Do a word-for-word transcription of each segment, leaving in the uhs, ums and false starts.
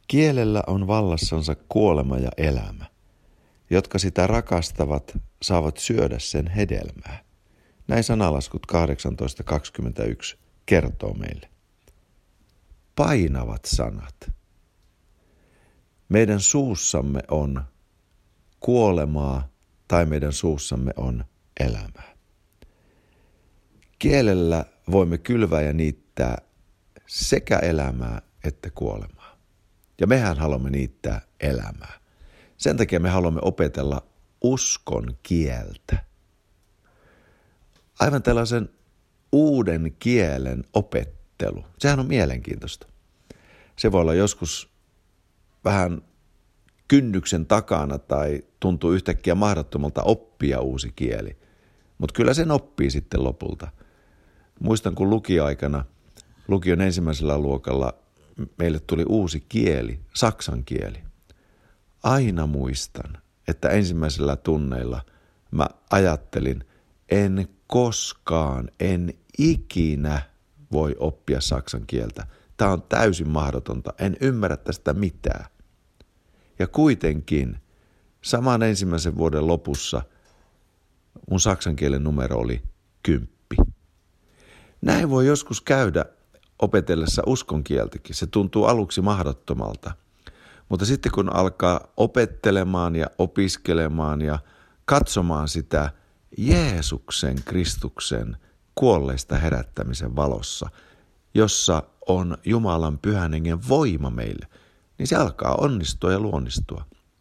Kielellä on vallassansa kuolema ja elämä. Jotka sitä rakastavat, saavat syödä sen hedelmää. Näin Sanalaskut kahdeksantoista kaksikymmentäyksi kertoo meille. Painavat sanat. Meidän suussamme on kuolemaa tai meidän suussamme on elämää. Kielellä voimme kylvää ja niittää sekä elämää että kuolemaa. Ja mehän haluamme niittää elämää. Sen takia me haluamme opetella uskon kieltä. Aivan tällaisen uuden kielen opettelu. Sehän on mielenkiintoista. Se voi olla joskus vähän kynnyksen takana tai tuntuu yhtäkkiä mahdottomalta oppia uusi kieli. Mutta kyllä sen oppii sitten lopulta. Muistan, kun lukioaikana, lukion ensimmäisellä luokalla, meille tuli uusi kieli, saksan kieli. Aina muistan, että ensimmäisellä tunneilla mä ajattelin, en koskaan, en ikinä voi oppia saksan kieltä. Tämä on täysin mahdotonta, en ymmärrä tästä mitään. Ja kuitenkin saman ensimmäisen vuoden lopussa mun saksan kielen numero oli kymppi. Näin voi joskus käydä opetellessa uskon kieltäkin. Se tuntuu aluksi mahdottomalta. Mutta sitten kun alkaa opettelemaan ja opiskelemaan ja katsomaan sitä Jeesuksen, Kristuksen kuolleista herättämisen valossa, jossa on Jumalan pyhän hengen voima meille, niin se alkaa onnistua ja luonnistua.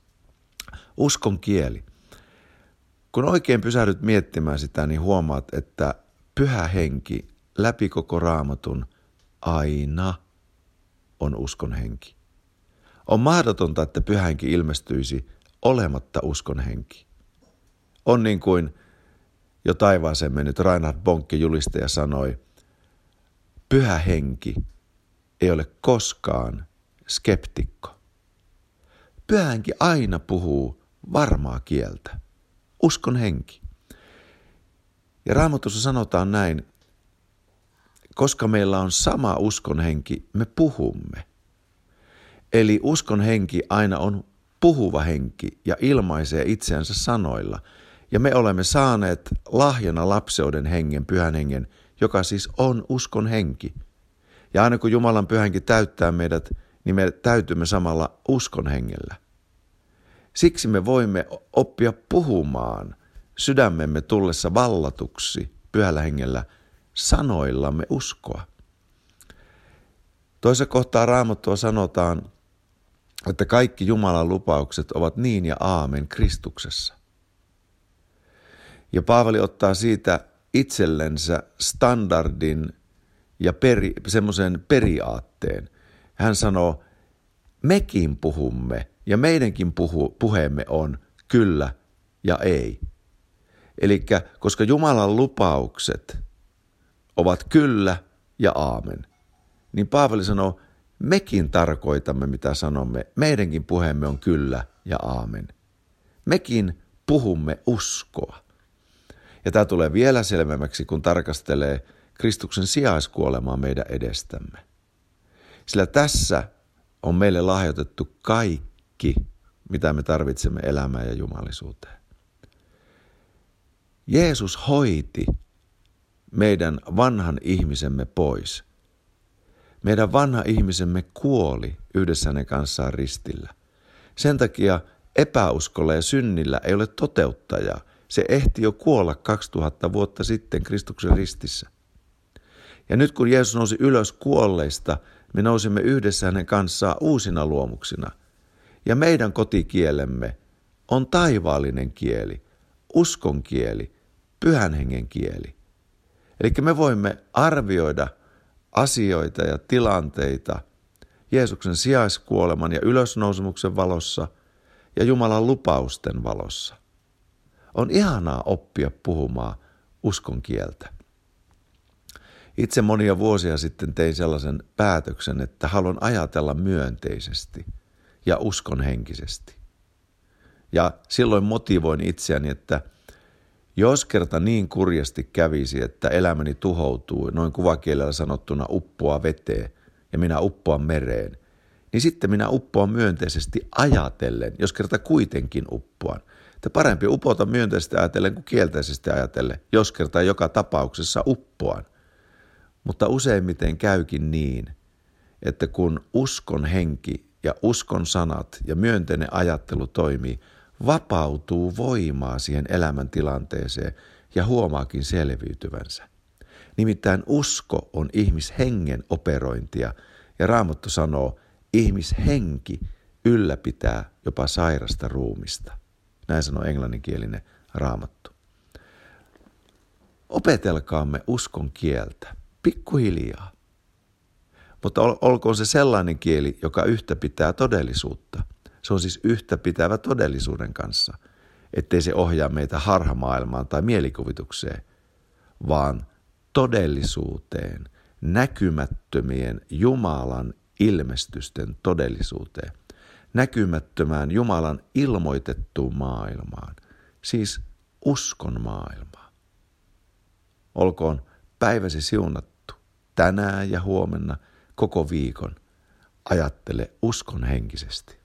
Uskon kieli. Kun oikein pysähdyt miettimään sitä, niin huomaat, että pyhä henki läpi koko Raamatun aina on uskon henki. On mahdotonta, että pyhä henki ilmestyisi olematta uskon henki. On niin kuin jo taivaaseen mennyt Reinhard Bonke julistaja sanoi, pyhä henki ei ole koskaan skeptikko. Pyhä henki aina puhuu varmaa kieltä, uskon henki. Ja Raamatussa sanotaan näin, koska meillä on sama uskon henki, me puhumme. Eli uskon henki aina on puhuva henki ja ilmaisee itseänsä sanoilla. Ja me olemme saaneet lahjana lapseuden hengen, pyhän hengen, joka siis on uskon henki. Ja aina kun Jumalan pyhä henki täyttää meidät, niin me täytymme samalla uskon hengellä. Siksi me voimme oppia puhumaan sydämemme tullessa vallatuksi pyhällä hengellä sanoillamme uskoa. Toisessa kohtaa Raamattua sanotaan, että kaikki Jumalan lupaukset ovat niin ja aamen Kristuksessa. Ja Paavali ottaa siitä itsellensä standardin ja peri, semmoisen periaatteen. Hän sanoo, mekin puhumme ja meidänkin puhu, puheemme on kyllä ja ei. Eli koska Jumalan lupaukset ovat kyllä ja aamen, niin Paavali sanoo, mekin tarkoitamme mitä sanomme, meidänkin puheemme on kyllä ja aamen. Mekin puhumme uskoa. Ja tämä tulee vielä selvemmäksi, kun tarkastelee Kristuksen sijaiskuolemaa meidän edestämme. Sillä tässä on meille lahjoitettu kaikki, mitä me tarvitsemme elämään ja jumalisuuteen. Jeesus hoiti meidän vanhan ihmisemme pois. Meidän vanha ihmisemme kuoli yhdessä hänen kanssaan ristillä. Sen takia epäuskolla ja synnillä ei ole toteuttajaa. Se ehti jo kuolla kaksituhatta vuotta sitten Kristuksen ristissä. Ja nyt kun Jeesus nousi ylös kuolleista, me nousimme yhdessä hänen kanssaan uusina luomuksina. Ja meidän kotikielemme on taivaallinen kieli, uskon kieli, pyhän hengen kieli. Eli me voimme arvioida asioita ja tilanteita Jeesuksen sijaiskuoleman ja ylösnousemuksen valossa ja Jumalan lupausten valossa. On ihanaa oppia puhumaan uskon kieltä. Itse monia vuosia sitten tein sellaisen päätöksen, että haluan ajatella myönteisesti ja uskonhenkisesti. Ja silloin motivoin itseäni, että jos kerta niin kurjasti kävisi, että elämäni tuhoutuu, noin kuvakielellä sanottuna uppoa veteen ja minä uppoan mereen, niin sitten minä uppoan myönteisesti ajatellen, jos kerta kuitenkin uppoan. Että parempi upota myönteisesti ajatellen kuin kielteisesti ajatellen, jos kerta joka tapauksessa uppoan. Mutta useimmiten käykin niin, että kun uskon henki ja uskon sanat ja myönteinen ajattelu toimii, vapautuu voimaa siihen elämäntilanteeseen ja huomaakin selviytyvänsä. Nimittäin usko on ihmishengen operointia ja Raamattu sanoo, ihmishenki ylläpitää jopa sairasta ruumista. Näin sanoo englanninkielinen Raamattu. Opetelkaamme uskon kieltä, pikkuhiljaa. Mutta ol, olkoon se sellainen kieli, joka yhtä pitää todellisuutta. Se on siis yhtä pitävä todellisuuden kanssa, ettei se ohjaa meitä harhamaailmaan tai mielikuvitukseen, vaan todellisuuteen, näkymättömien Jumalan ilmestysten todellisuuteen, näkymättömään Jumalan ilmoitettuun maailmaan, siis uskon maailmaan. Olkoon päiväsi siunattu tänään ja huomenna koko viikon. Ajattele uskon henkisesti.